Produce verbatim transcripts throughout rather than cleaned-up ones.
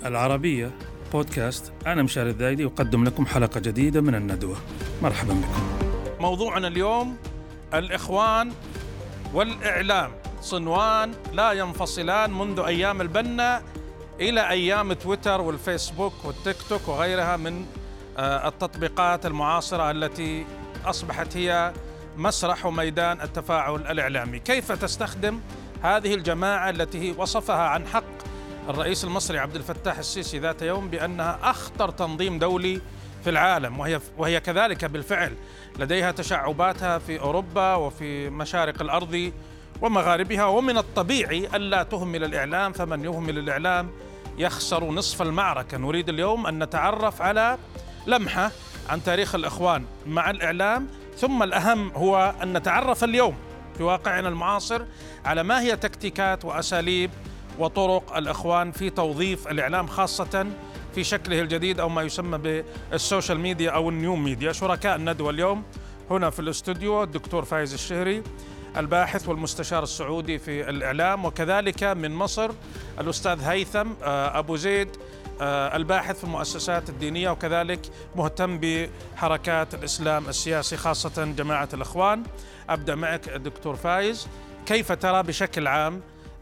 العربية بودكاست. أنا مشاري الذايدي أقدم لكم حلقة جديدة من الندوة. مرحبا بكم. موضوعنا اليوم الإخوان والإعلام، صنوان لا ينفصلان منذ أيام البنا إلى أيام تويتر والفيسبوك والتيك توك وغيرها من التطبيقات المعاصرة التي أصبحت هي مسرح وميدان التفاعل الإعلامي. كيف تستخدم هذه الجماعة التي وصفها عن حق الرئيس المصري عبد الفتاح السيسي ذات يوم بأنها أخطر تنظيم دولي في العالم، وهي وهي كذلك بالفعل، لديها تشعباتها في أوروبا وفي مشارق الأرض ومغاربها، ومن الطبيعي ألا تهمل الإعلام، فمن يهمل الإعلام يخسر نصف المعركة. نريد اليوم أن نتعرف على لمحة عن تاريخ الإخوان مع الإعلام، ثم الأهم هو أن نتعرف اليوم في واقعنا المعاصر على ما هي تكتيكات وأساليب وطرق الإخوان في توظيف الإعلام، خاصة في شكله الجديد أو ما يسمى بالسوشيال ميديا أو النيو ميديا. شركاء الندوة اليوم هنا في الاستوديو الدكتور فايز الشهري، الباحث والمستشار السعودي في الإعلام، وكذلك من مصر الأستاذ هيثم أبو زيد، الباحث في المؤسسات الدينية وكذلك مهتم بحركات الإسلام السياسي خاصة جماعة الإخوان. أبدأ معك دكتور فايز، كيف ترى بشكل عام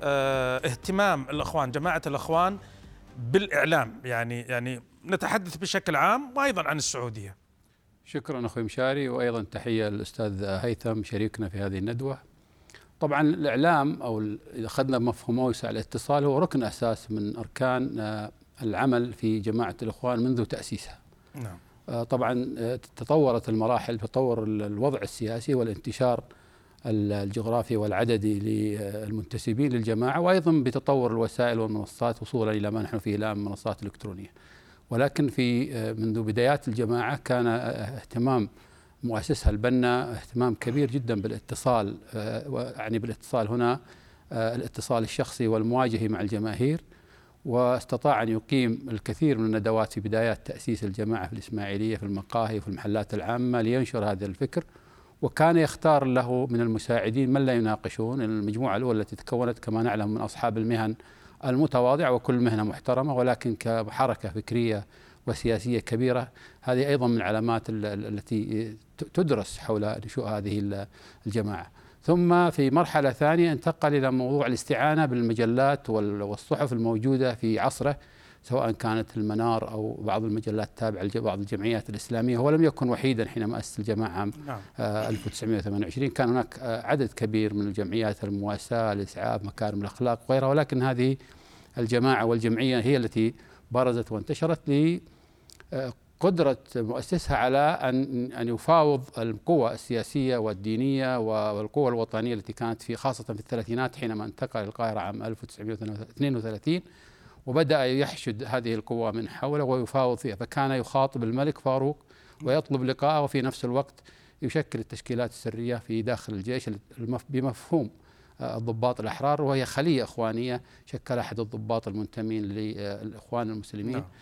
اهتمام الإخوان، جماعة الإخوان، بالإعلام؟ يعني يعني نتحدث بشكل عام وأيضا عن السعودية. شكرا أخوي مشاري، وأيضا تحية للأستاذ هيثم شريكنا في هذه الندوة. طبعا الإعلام أو إذا أخذنا مفهومه وسائل الاتصال هو ركن أساس من أركان العمل في جماعة الإخوان منذ تأسيسها. نعم. طبعا تطورت المراحل، تطور الوضع السياسي والانتشار الجغرافي والعددي للمنتسبين للجماعة، وأيضا بتطور الوسائل والمنصات وصولا إلى ما نحن فيه الآن من منصات إلكترونية. ولكن في منذ بدايات الجماعة كان اهتمام مؤسسها البنا اهتمام كبير جدا بالاتصال، يعني بالاتصال هنا الاتصال الشخصي والمواجهي مع الجماهير، واستطاع أن يقيم الكثير من الندوات في بدايات تأسيس الجماعة في الإسماعيلية في المقاهي وفي المحلات العامة لينشر هذا الفكر. وكان يختار له من المساعدين من لا يناقشون. المجموعة الأولى التي تكونت كما نعلم من أصحاب المهن المتواضعة، وكل مهنة محترمة، ولكن كحركة فكرية وسياسية كبيرة. هذه أيضا من العلامات التي تدرس حول نشوء هذه الجماعة. ثم في مرحلة ثانية انتقل إلى موضوع الاستعانة بالمجلات والصحف الموجودة في عصره، سواء كانت المنار أو بعض المجلات التابعة لبعض الجمعيات الإسلامية. هو لم يكن وحيدا حينما أسس الجماعة عام ألف وتسعمائة وثمانية وعشرين، كان هناك عدد كبير من الجمعيات، المواساة، الإسعاف، مكارم الأخلاق وغيرها، ولكن هذه الجماعة والجمعية هي التي برزت وانتشرت لقدرة مؤسسها على أن أن يفاوض القوى السياسية والدينية والقوى الوطنية التي كانت في خاصة في الثلاثينات حينما انتقل القاهرة عام ألف وتسعمائة واثنين وثلاثين، وبدأ يحشد هذه القوى من حوله ويفاوض فيها. فكان يخاطب الملك فاروق ويطلب لقاءه، وفي نفس الوقت يشكل التشكيلات السرية في داخل الجيش بمفهوم الضباط الأحرار، وهي خلية إخوانية شكل أحد الضباط المنتمين للإخوان المسلمين. نعم.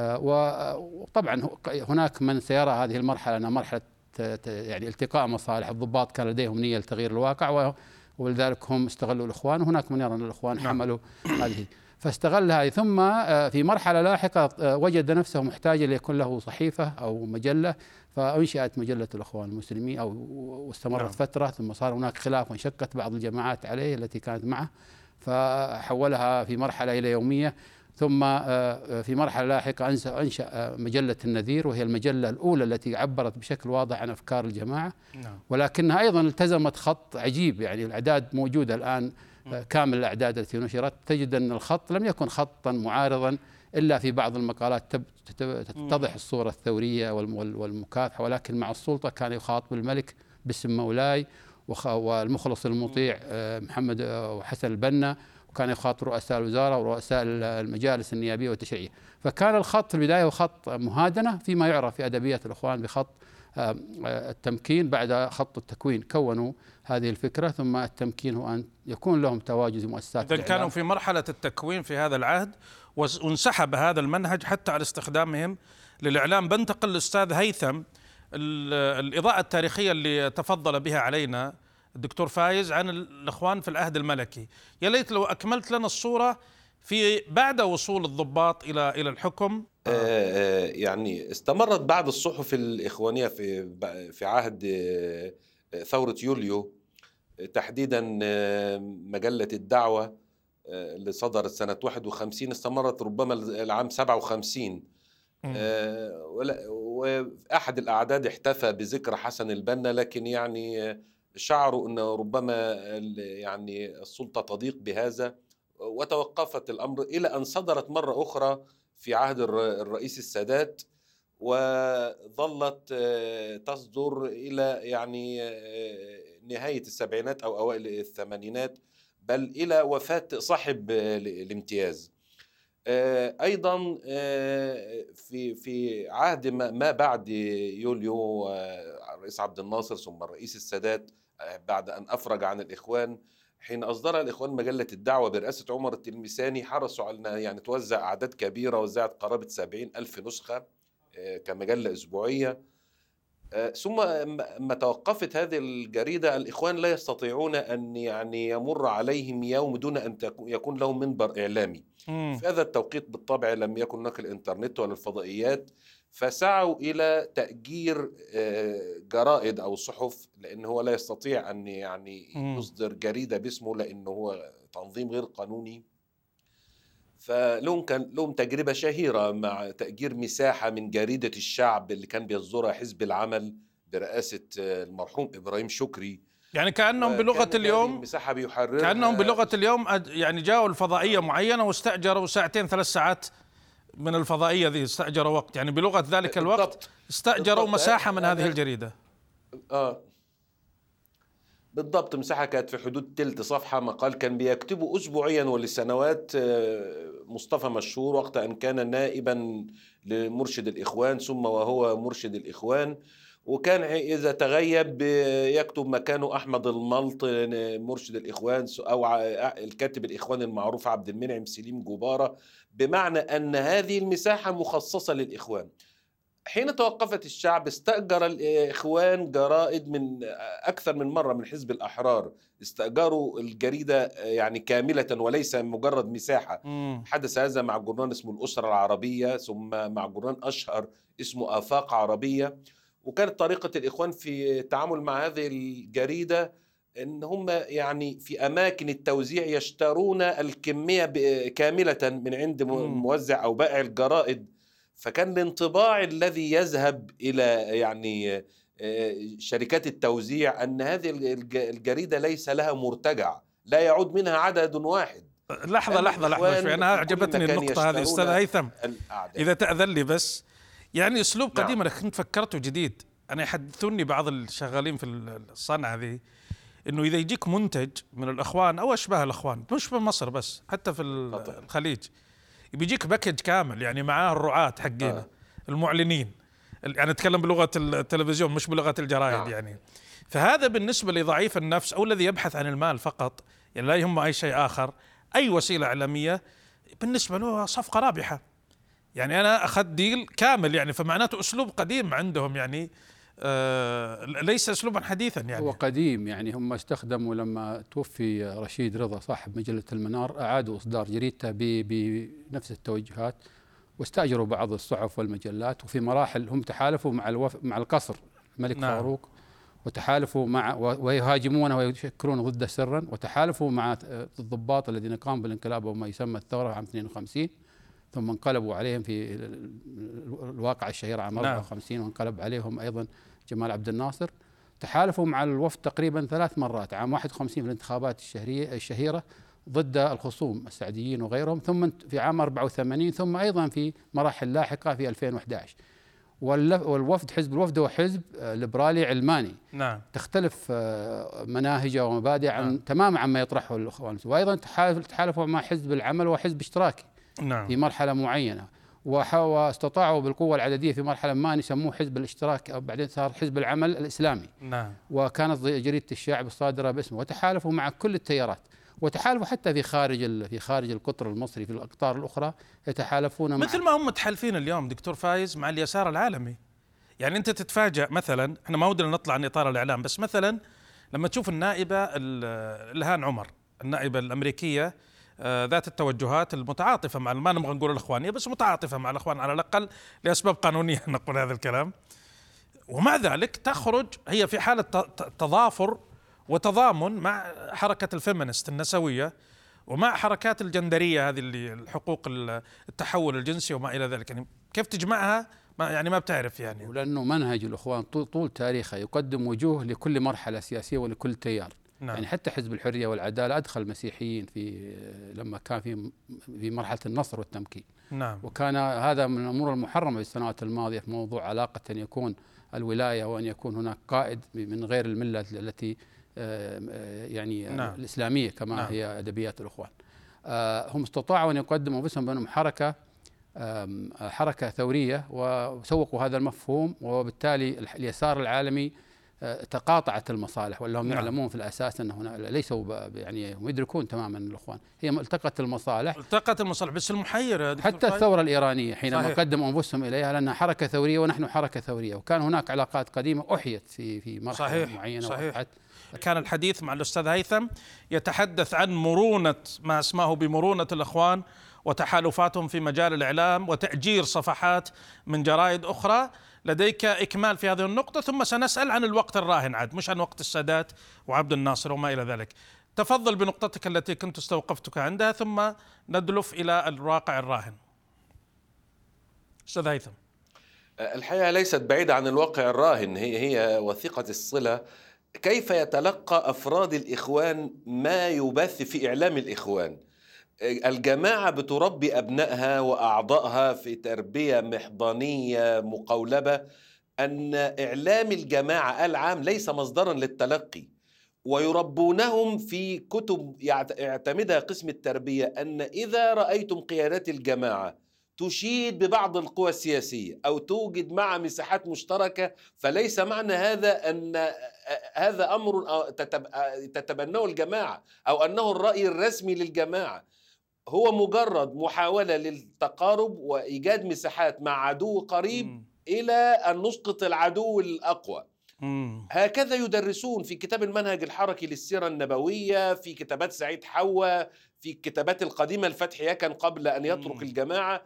وطبعا هناك من سيرى هذه المرحلة أنها مرحلة يعني التقاء مصالح. الضباط كان لديهم نية لتغيير الواقع، ولذلك هم استغلوا الإخوان، وهناك من يرى أن الإخوان حملوا هذه فاستغل هذه. ثم في مرحلة لاحقة وجد نفسه محتاجا ليكون له صحيفة أو مجلة، فأنشأت مجلة الإخوان المسلمين أو واستمرت نعم. فترة، ثم صار هناك خلاف وانشقت بعض الجماعات عليه التي كانت معه، فحولها في مرحلة إلى يومية. ثم في مرحلة لاحقة أنشأ مجلة النذير، وهي المجلة الأولى التي عبرت بشكل واضح عن أفكار الجماعة نعم. ولكنها أيضا التزمت خط عجيب، يعني الأعداد موجودة الآن كامل الأعداد التي نشرت، تجد أن الخط لم يكن خطا معارضا إلا في بعض المقالات تتضح الصورة الثورية والمكافحة، ولكن مع السلطة كان يخاطب الملك باسم مولاي والمخلص المطيع محمد وحسن البنا، وكان يخاطب رؤساء الوزارة ورؤساء المجالس النيابية والتشريعية. فكان الخط في البداية هو خط مهادنة، فيما يعرف في أدبيات الإخوان بخط التمكين. بعد خط التكوين كونوا هذه الفكرة، ثم التمكين هو أن يكون لهم تواجد مؤسسات. إذن كانوا في مرحلة التكوين في هذا العهد، وانسحب هذا المنهج حتى على استخدامهم للإعلام. بنتقل للأستاذ هيثم، الإضاءة التاريخية اللي تفضل بها علينا الدكتور فايز عن الإخوان في العهد الملكي، يا ليت لو أكملت لنا الصورة في بعد وصول الضباط إلى إلى الحكم. آه يعني استمرت بعض الصحف الإخوانية في في عهد ثورة يوليو، تحديدا مجلة الدعوة اللي صدرت سنة واحد وخمسين، استمرت ربما العام سبعة وخمسين. آه وأحد الأعداد احتفى بذكرى حسن البنا، لكن يعني شعروا أن ربما يعني السلطة تضيق بهذا، وتوقفت الأمر إلى أن صدرت مرة أخرى في عهد الرئيس السادات، وظلت تصدر إلى يعني نهاية السبعينات أو أوائل الثمانينات، بل إلى وفاة صاحب الامتياز. أيضا في في عهد ما بعد يوليو، الرئيس عبد الناصر ثم الرئيس السادات بعد أن أفرج عن الإخوان، حين أصدر الإخوان مجلة الدعوة برئاسة عمر التلمساني، حرصوا على يعني توزع أعداد كبيرة، وزعت قرابة سبعين ألف نسخة كمجلة أسبوعية. ثم ما توقفت هذه الجريدة، الإخوان لا يستطيعون أن يعني يمر عليهم يوم دون أن يكون لهم منبر إعلامي. مم. في هذا التوقيت بالطبع لم يكن هناك الإنترنت ولا الفضائيات، فسعوا إلى تأجير جرائد أو صحف، لأنه هو لا يستطيع أن يعني يصدر جريدة باسمه لأنه هو تنظيم غير قانوني. فلهم كان لهم تجربة شهيرة مع تأجير مساحة من جريدة الشعب اللي كان بيصدرها حزب العمل برئاسة المرحوم إبراهيم شكري. يعني كأنهم بلغة اليوم مساحة بيحررها، كأنهم بلغة اليوم يعني جاءوا الفضائية معينة واستأجروا ساعتين ثلاث ساعات من الفضائية ذي، استأجروا وقت، يعني بلغة ذلك الوقت استأجروا مساحة من هذه الجريدة. آه بالضبط، مساحة كانت في حدود تلت صفحة مقال كان بيكتبه أسبوعيا ولسنوات مصطفى مشهور وقت أن كان نائبا لمرشد الإخوان ثم وهو مرشد الإخوان، وكان إذا تغيب يكتب مكانه أحمد الملط مرشد الإخوان أو الكاتب الإخوان المعروف عبد المنعم سليم جبارة، بمعنى أن هذه المساحة مخصصة للإخوان. حين توقفت الشعب استأجر الإخوان جرائد من أكثر من مرة، من حزب الأحرار استأجروا الجريدة يعني كاملة وليس مجرد مساحة. مم. حدث هذا مع جورنال اسمه الأسرة العربية، ثم مع جورنال أشهر اسمه آفاق عربية. وكانت طريقة الإخوان في التعامل مع هذه الجريدة إن هم يعني في أماكن التوزيع يشترون الكمية كاملة من عند موزع أو بائع الجرائد، فكان الانطباع الذي يذهب إلى يعني شركات التوزيع أن هذه الجريدة ليس لها مرتجع، لا يعود منها عدد واحد. لحظة لحظة لحظة، أنا أعجبتني النقطة هذه أستاذ هيثم، إذا تأذن لي بس. يعني أسلوب قديم. نعم. أنا كنت فكرته جديد. أنا يحدثوني بعض الشغالين في الصنعة هذه إنه إذا يجيك منتج من الأخوان أو أشباه الأخوان، مش في مصر بس، حتى في الخليج، بيجيك باكج كامل، يعني معاه الرعاة حقينا آه. المعلنين، يعني أتكلم بلغة التلفزيون مش بلغة الجرائد. آه. يعني فهذا بالنسبة لضعيف النفس أو الذي يبحث عن المال فقط، يعني لا يهمه أي شيء آخر، أي وسيلة إعلامية بالنسبة له صفقة رابحة. يعني أنا أخذت ديل كامل، يعني فمعناته أسلوب قديم عندهم، يعني آه ليس أسلوبا حديثا. يعني هو قديم، يعني هم استخدموا لما توفي رشيد رضا صاحب مجلة المنار أعادوا إصدار جريدته بنفس التوجهات، واستأجروا بعض الصحف والمجلات، وفي مراحل هم تحالفوا مع الوف... مع القصر الملك نعم. فاروق، وتحالفوا مع ويهاجمونه ويشكرون ضده سرا، وتحالفوا مع الضباط الذين قاموا بالانقلاب وما يسمى الثورة عام اثنين وخمسين، ثم انقلبوا عليهم في الواقعة الشهيرة عام أربعة وخمسين، وانقلب عليهم أيضا جمال عبد الناصر. تحالفوا مع الوفد تقريبا ثلاث مرات، عام واحد وخمسين في الانتخابات الشهيرة ضد الخصوم السعديين وغيرهم، ثم في عام أربعة وثمانين، ثم أيضا في مراحل لاحقة في ألفين وأحد عشر. والوفد حزب الوفد هو حزب ليبرالي علماني. نعم. تختلف مناهجه ومبادئ عن نعم. تماما عما يطرحه الإخوان، وأيضا تحالفوا مع حزب العمل وحزب اشتراكي نعم. في مرحلة معينة، واستطاعوا بالقوة العددية في مرحلة ما يسموه حزب الاشتراك، أو بعدين صار حزب العمل الإسلامي نعم. وكانت جريدة الشعب الصادرة باسمه، وتحالفوا مع كل التيارات، وتحالفوا حتى في خارج في خارج القطر المصري في الأقطار الأخرى يتحالفون مثل ما هم متحالفين اليوم دكتور فايز مع اليسار العالمي. يعني أنت تتفاجأ مثلا، احنا ما ودنا نطلع عن إطار الإعلام، بس مثلا لما تشوف النائبة إلهام عمر، النائبة الأمريكية ذات التوجهات المتعاطفة مع، ما نبغى نقول الإخوانية، بس متعاطفة مع الإخوان على الأقل لأسباب قانونية نقول هذا الكلام. ومع ذلك تخرج هي في حالة تضافر وتضامن مع حركة الفيمينست النسوية ومع حركات الجندرية هذه اللي الحقوق التحول الجنسي وما إلى ذلك. يعني كيف تجمعها؟ ما يعني ما بتعرف يعني. ولأنه منهج الإخوان طول, طول تاريخه يقدم وجوه لكل مرحلة سياسية ولكل تيار. نعم. يعني حتى حزب الحرية والعدالة أدخل مسيحيين في لما كان في في مرحلة النصر والتمكين. نعم. وكان هذا من الأمور المحرمة في السنوات الماضية في موضوع علاقة أن يكون الولاية وأن يكون هناك قائد من غير الملة التي يعني نعم. الإسلامية كما نعم. هي أدبيات الإخوان. هم استطاعوا أن يقدموا أنفسهم بأنهم حركة حركة ثورية وسوقوا هذا المفهوم، وبالتالي اليسار العالمي تقاطعت المصالح، ولا هم نعم. يعلمون في الأساس أنه ليسوا يعني هم يدركون تماما الإخوان هي التقت المصالح التقت المصالح بس المحيرة حتى الثورة الإيرانية حينما صحيح. قدموا أنفسهم إليها لأنها حركة ثورية ونحن حركة ثورية، وكان هناك علاقات قديمة أحيت في في مرحلة صحيح. معينة صحيح. كان الحديث مع الأستاذ هيثم يتحدث عن مرونة ما اسماه بمرونة الإخوان وتحالفاتهم في مجال الإعلام وتأجير صفحات من جرائد أخرى. لديك إكمال في هذه النقطة ثم سنسأل عن الوقت الراهن عاد، مش عن وقت السادات وعبد الناصر وما إلى ذلك. تفضل بنقطتك التي كنت استوقفتك عندها ثم ندلف إلى الواقع الراهن. أستاذ هيثم. الحقيقة ليست بعيدة عن الواقع الراهن، هي هي وثيقة الصلة. كيف يتلقى أفراد الإخوان ما يبث في إعلام الإخوان؟ الجماعة بتربي أبنائها وأعضائها في تربية محضانية مقولبة أن إعلام الجماعة العام ليس مصدرا للتلقي، ويربونهم في كتب يعتمدها قسم التربية أن إذا رأيتم قيادات الجماعة تشيد ببعض القوى السياسية أو توجد مع مساحات مشتركة فليس معنى هذا أن هذا أمر تتبناه الجماعة أو أنه الرأي الرسمي للجماعة، هو مجرد محاولة للتقارب وإيجاد مساحات مع عدو قريب م. إلى أن نسقط العدو الأقوى. م. هكذا يدرسون في كتاب المنهج الحركي للسيرة النبوية، في كتابات سعيد حوا، في الكتابات القديمة الفتح يكن قبل أن يترك م. الجماعة،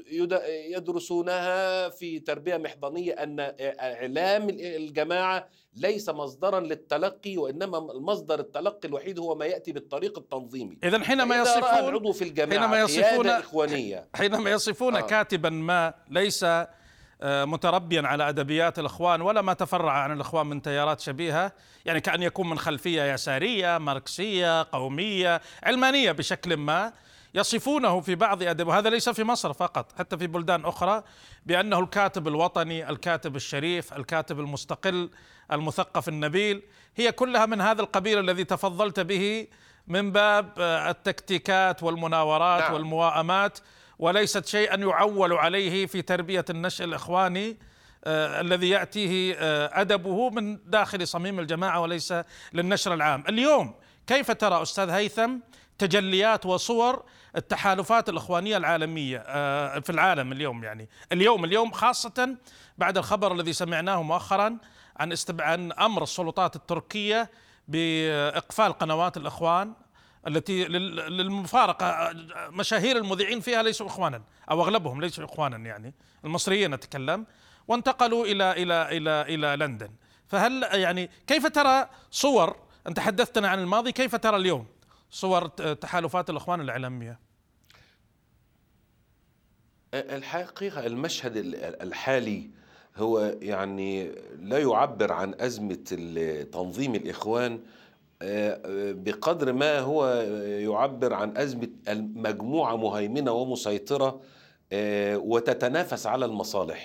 يدرسونها في تربية محضنية أن إعلام الجماعة ليس مصدرا للتلقي، وإنما المصدر التلقي الوحيد هو ما يأتي بالطريق التنظيمي. إذن حينما يصفون العضو في الجماعة حينما يصفون إخوانية حينما يصفون آه. كاتبا ما ليس متربيا على أدبيات الإخوان ولا ما تفرع عن الإخوان من تيارات شبيهة، يعني كأن يكون من خلفية يسارية ماركسية قومية علمانية بشكل ما، يصفونه في بعض أدب، وهذا ليس في مصر فقط حتى في بلدان أخرى، بأنه الكاتب الوطني، الكاتب الشريف، الكاتب المستقل، المثقف النبيل. هي كلها من هذا القبيل الذي تفضلت به من باب التكتيكات والمناورات نعم. والمواءمات، وليست شيئا يعول عليه في تربية النشء الإخواني آه الذي يأتيه آه أدبه من داخل صميم الجماعة وليس للنشر العام. اليوم كيف ترى أستاذ هيثم تجليات وصور التحالفات الإخوانية العالمية آه في العالم اليوم، يعني اليوم اليوم خاصة بعد الخبر الذي سمعناه مؤخرا عن عن أمر السلطات التركية بإقفال قنوات الإخوان التي للمفارقة مشاهير المذيعين فيها ليسوا إخوانا أو أغلبهم ليسوا إخوانا، يعني المصريين نتكلم، وانتقلوا إلى إلى إلى إلى لندن. فهل يعني كيف ترى صور، أنت حدثتنا عن الماضي، كيف ترى اليوم صور تحالفات الإخوان الإعلامية؟ الحقيقة المشهد الحالي هو يعني لا يعبر عن أزمة تنظيم الإخوان بقدر ما هو يعبر عن أزمة المجموعة مهيمنة ومسيطرة وتتنافس على المصالح.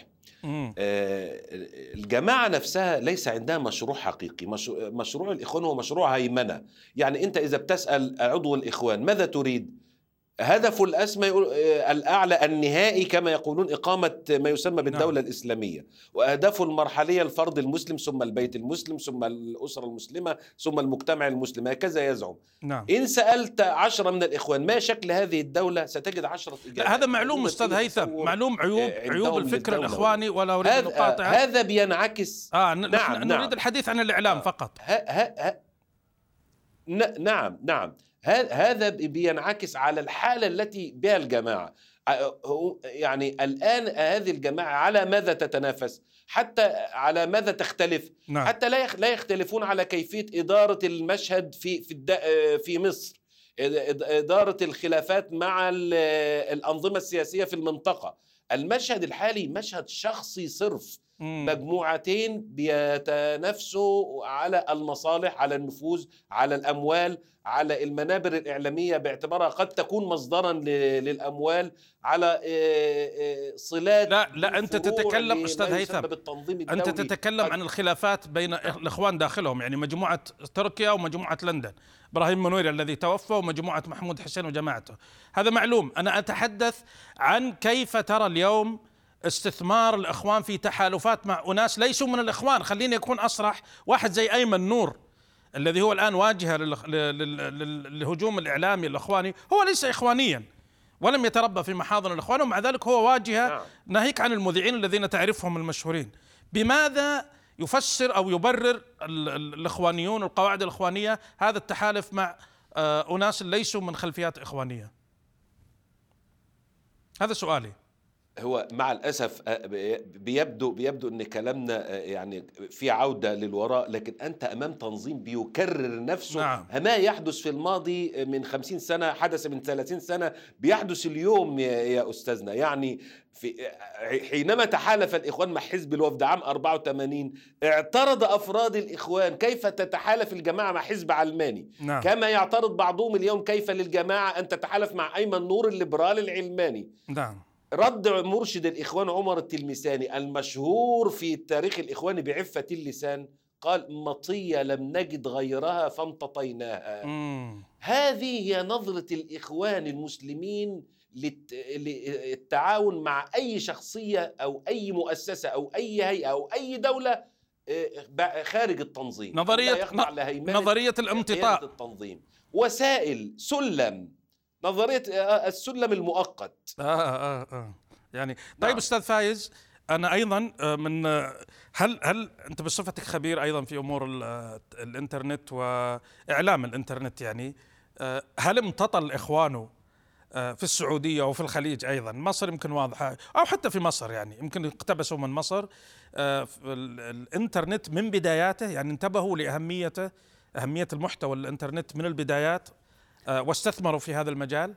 الجماعة نفسها ليس عندها مشروع حقيقي. مشروع الإخوان هو مشروع هيمنة، يعني أنت إذا بتسأل عضو الإخوان ماذا تريد؟ هدفه الأسمى الأعلى النهائي كما يقولون إقامة ما يسمى بالدولة نعم. الإسلامية، وأهدافه المرحلية الفرد المسلم ثم البيت المسلم ثم الأسرة المسلمة ثم المجتمع المسلم، هكذا يزعم نعم. إن سألت عشرة من الإخوان ما شكل هذه الدولة ستجد عشرة إجابات. هذا معلوم أستاذ هيثم، معلوم عيوب عيوب الفكر الإخواني، ولا أريد أن أقاطع. هذا بينعكس آه نعم نريد نعم. الحديث عن الإعلام آه. فقط. ها ها ها نعم نعم هذا بينعكس على الحالة التي بها الجماعة. يعني الآن هذه الجماعة على ماذا تتنافس؟ حتى على ماذا تختلف؟ نعم. حتى لا لا يختلفون على كيفية إدارة المشهد في في في مصر، إدارة الخلافات مع الأنظمة السياسية في المنطقة. المشهد الحالي مشهد شخصي صرف، مجموعتين بيتنافسوا على المصالح، على النفوذ، على الأموال، على المنابر الإعلامية باعتبارها قد تكون مصدرا للأموال، على صلات. لا لا أنت تتكلم أستاذ هيثم، أنت تتكلم عن الخلافات بين الإخوان داخلهم، يعني مجموعة تركيا ومجموعة لندن، إبراهيم منوير الذي توفى ومجموعة محمود حسين وجماعته، هذا معلوم. أنا أتحدث عن كيف ترى اليوم استثمار الإخوان في تحالفات مع أناس ليسوا من الإخوان. خليني أكون أصرح، واحد زي أيمن نور الذي هو الآن واجهة للهجوم الإعلامي الإخواني، هو ليس إخوانيا ولم يتربى في محاضن الإخوان، ومع ذلك هو واجهة، ناهيك عن المذيعين الذين تعرفهم المشهورين. بماذا يفسر أو يبرر الإخوانيون القواعد الإخوانية هذا التحالف مع أناس ليسوا من خلفيات إخوانية؟ هذا سؤالي. هو مع الأسف بيبدو بيبدو أن كلامنا يعني في عودة للوراء، لكن أنت أمام تنظيم بيكرر نفسه. نعم. ما يحدث في الماضي من خمسين سنة حدث من ثلاثين سنة بيحدث اليوم يا أستاذنا. يعني في حينما تحالف الإخوان مع حزب الوفد عام أربعة وثمانين اعترض أفراد الإخوان كيف تتحالف الجماعة مع حزب علماني. نعم. كما يعترض بعضهم اليوم كيف للجماعة أن تتحالف مع أيمن نور الليبرالي العلماني. نعم. رد مرشد الإخوان عمر التلمساني المشهور في التاريخ الإخواني بعفة اللسان قال: مطية لم نجد غيرها فامتطيناها. مم. هذه هي نظرة الإخوان المسلمين للتعاون مع أي شخصية أو أي مؤسسة أو أي هيئة أو أي دولة خارج التنظيم. نظرية نظرية الامتطاء التنظيم، وسائل سلم، نظرية السلم المؤقت. آه آه آه. يعني طيب نعم. أستاذ فايز، أنا أيضا من هل هل أنت بصفتك خبير أيضا في أمور الإنترنت وإعلام الإنترنت، يعني هل امتطى الإخوان في السعودية وفي الخليج أيضا؟ مصر يمكن واضحة، أو حتى في مصر يعني يمكن اقتبسوا من مصر الإنترنت من بداياته، يعني انتبهوا لأهميته، أهمية المحتوى الإنترنت من البدايات واستثمروا في هذا المجال؟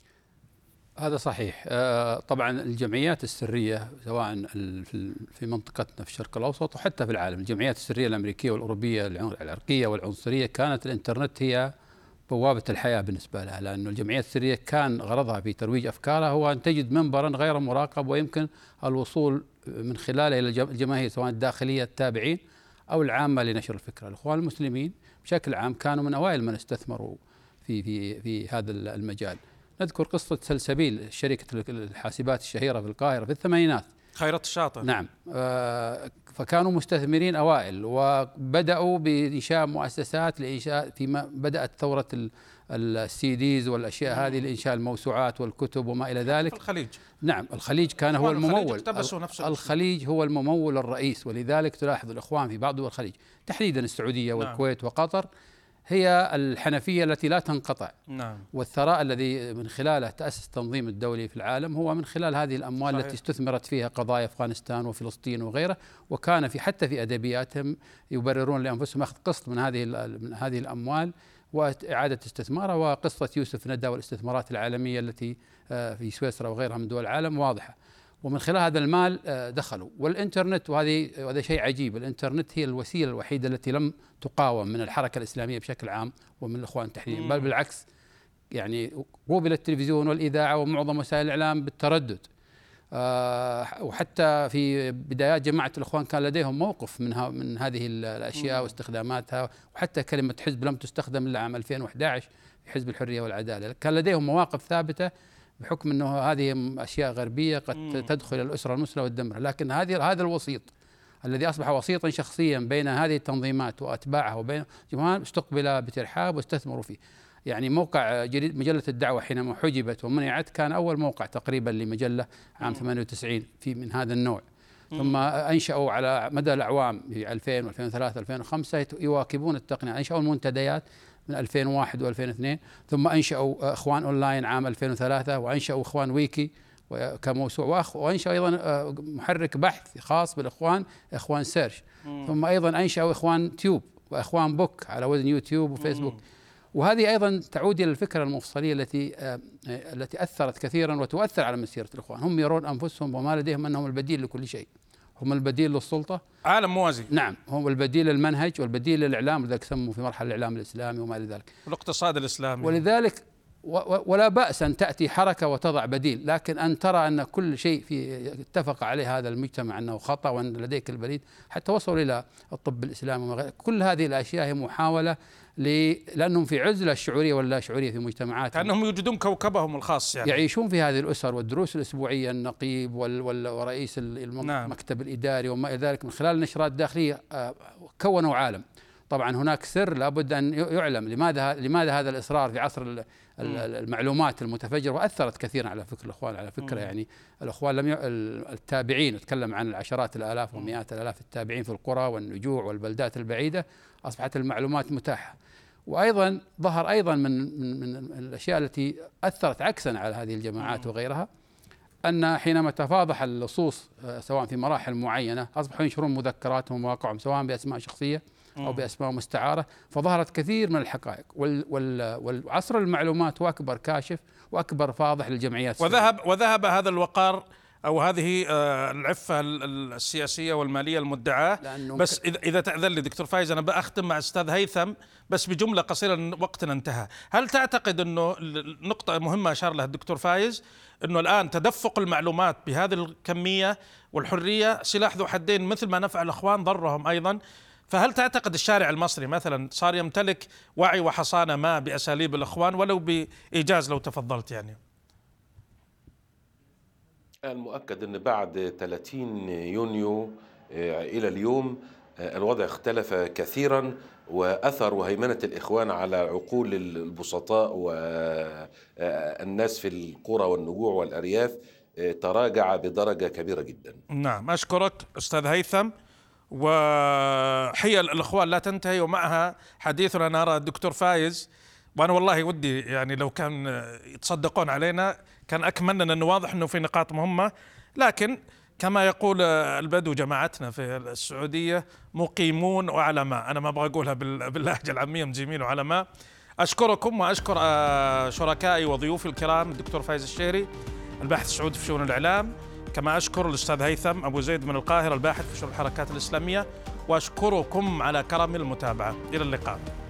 هذا صحيح. طبعا الجمعيات السرية سواء في منطقتنا في الشرق الأوسط وحتى في العالم، الجمعيات السرية الأمريكية والأوروبية العرقية والعنصرية، كانت الإنترنت هي بوابة الحياة بالنسبة لها، لأن الجمعيات السرية كان غرضها في ترويج أفكارها هو أن تجد منبرا غير مراقب ويمكن الوصول من خلاله إلى الجماهير سواء الداخلية التابعين أو العامة لنشر الفكرة. الإخوان المسلمين بشكل عام كانوا من أوائل من استثمروا في في في هذا المجال. نذكر قصة سلسبيل، شركة الحاسبات الشهيرة في القاهرة في الثمانينات، خيرت الشاطر. نعم. فكانوا مستثمرين أوائل وبدأوا بإنشاء مؤسسات لإنشاء، فيما بدأت ثورة السي ديز والأشياء مم. هذه لإنشاء الموسوعات والكتب وما إلى ذلك. في الخليج. نعم، الخليج كان هو الممول. الخليج, الخليج هو الممول الرئيس، ولذلك تلاحظ الإخوان في بعض دول الخليج تحديدا السعودية والكويت نعم. وقطر هي الحنفية التي لا تنقطع. نعم. والثراء الذي من خلاله تأسس التنظيم الدولي في العالم هو من خلال هذه الأموال صحيح. التي استثمرت فيها قضايا أفغانستان وفلسطين وغيره، وكان في حتى في أدبياتهم يبررون لأنفسهم أخذ قسط من هذه من هذه الأموال وإعادة استثمارها. وقصة يوسف ندى والاستثمارات العالمية التي في سويسرا وغيرها من دول العالم واضحة، ومن خلال هذا المال دخلوا. والإنترنت، وهذه وهذا شيء عجيب، الإنترنت هي الوسيلة الوحيدة التي لم تقاوم من الحركة الإسلامية بشكل عام ومن الإخوان تحديدا، بل بالعكس، يعني قوبل التلفزيون والإذاعة ومعظم وسائل الإعلام بالتردد. أه وحتى في بدايات جماعة الإخوان كان لديهم موقف من من هذه الأشياء واستخداماتها، وحتى كلمة حزب لم تستخدم إلا عام ألفين وأحد عشر في حزب الحرية والعدالة. كان لديهم مواقف ثابتة بحكم أنه هذه أشياء غربية قد مم. تدخل الأسرة المسلمة والدمر، لكن هذه هذا الوسيط الذي أصبح وسيطا شخصيا بين هذه التنظيمات وأتباعها وبين جماعة استقبل بترحاب واستثمروا فيه. يعني موقع جريد مجلة الدعوة حينما حجبت ومنعت كان أول موقع تقريبا لمجلة عام ثمانية وتسعين في من هذا النوع، ثم أنشأوا على مدى الأعوام في ألفين وألفين وثلاثة وألفين وخمسة يواكبون التقنية، أنشأوا المنتديات من ألفين وواحد وألفين واثنين، ثم أنشأوا إخوان أونلاين عام ألفين وثلاثة، وأنشأوا إخوان ويكي كموسوعة، وأنشأوا أيضا محرك بحث خاص بالإخوان، إخوان سيرش. مم. ثم أيضا أنشأوا إخوان تيوب وإخوان بوك على وزن يوتيوب وفيسبوك. مم. وهذه أيضا تعود إلى الفكرة المفصلية التي التي أثرت كثيرا وتؤثر على مسيرة الإخوان. هم يرون أنفسهم وما لديهم أنهم البديل لكل شيء، هم البديل للسلطة، عالم موازي. نعم، هم البديل للمنهج والبديل للإعلام، لذلك سموا في مرحلة الإعلام الإسلامي وما إلى ذلك، والاقتصاد الإسلامي. ولذلك ولا بأس أن تأتي حركة وتضع بديل، لكن أن ترى أن كل شيء في اتفق عليه هذا المجتمع أنه خطأ وأن لديك البديل، حتى وصلوا إلى الطب الإسلامي وغيره. كل هذه الأشياء هي محاولة لأنهم في عزلة الشعورية ولا شعورية في مجتمعاتهم، كأنهم يوجدون كوكبهم الخاص، يعني يعيشون في هذه الأسر والدروس الأسبوعية، النقيب ورئيس المكتب نعم. الإداري وما إلى ذلك. من خلال النشرات الداخلية كونوا عالم. طبعا هناك سر لابد أن يعلم، لماذا لماذا هذا الإصرار في عصر المعلومات المتفجرة، وأثرت كثيرا على فكر الإخوان. على فكرة يعني الإخوان لم ي... التابعين، نتكلم عن العشرات الآلاف ومئات الآلاف التابعين في القرى والنجوع والبلدات البعيدة، أصبحت المعلومات متاحة. وأيضا ظهر أيضا من من, من الأشياء التي أثرت عكسا على هذه الجماعات وغيرها، أن حينما تفاضح اللصوص سواء في مراحل معينة أصبحوا ينشرون مذكراتهم ومواقعهم سواء بأسماء شخصية أو بأسماء مستعارة، فظهرت كثير من الحقائق. وال وال والعصر المعلومات هو أكبر كاشف وأكبر فاضح للجمعيات. وذهب وذهب هذا الوقار أو هذه العفة السياسية والمالية المدعاة. بس إذا إذا تأذن لي دكتور فايز، أنا بأختم مع أستاذ هيثم بس بجملة قصيرة، وقتنا انتهى. هل تعتقد أنه نقطة مهمة أشار لها الدكتور فايز، أنه الآن تدفق المعلومات بهذه الكمية والحرية سلاح ذو حدين مثل ما نفع الإخوان ضرهم أيضا؟ فهل تعتقد الشارع المصري مثلا صار يمتلك وعي وحصانة ما بأساليب الإخوان، ولو بإيجاز لو تفضلت؟ يعني المؤكد أن بعد ثلاثين يونيو إلى اليوم الوضع اختلف كثيرا، وأثر وهيمنة الإخوان على عقول البسطاء والناس في القرى والنجوع والأرياف تراجع بدرجة كبيرة جدا. نعم، أشكرك أستاذ هيثم. وحيل الإخوان لا تنتهي ومعها حديثنا. أنا أرى الدكتور فايز، وأنا والله ودي يعني لو كان يتصدقون علينا كان أكملنا، أنه واضح أنه في نقاط مهمة، لكن كما يقول البدو جماعتنا في السعودية مقيمون وعلماء. أنا ما أبغى أقولها باللهجة العامية، مجيمين وعلماء. أشكركم وأشكر شركائي وضيوفي الكرام الدكتور فايز الشهري الباحث السعودي في شؤون الإعلام، كما أشكر الأستاذ هيثم أبو زيد من القاهرة الباحث في شؤون الحركات الإسلامية، وأشكركم على كرم المتابعة. إلى اللقاء.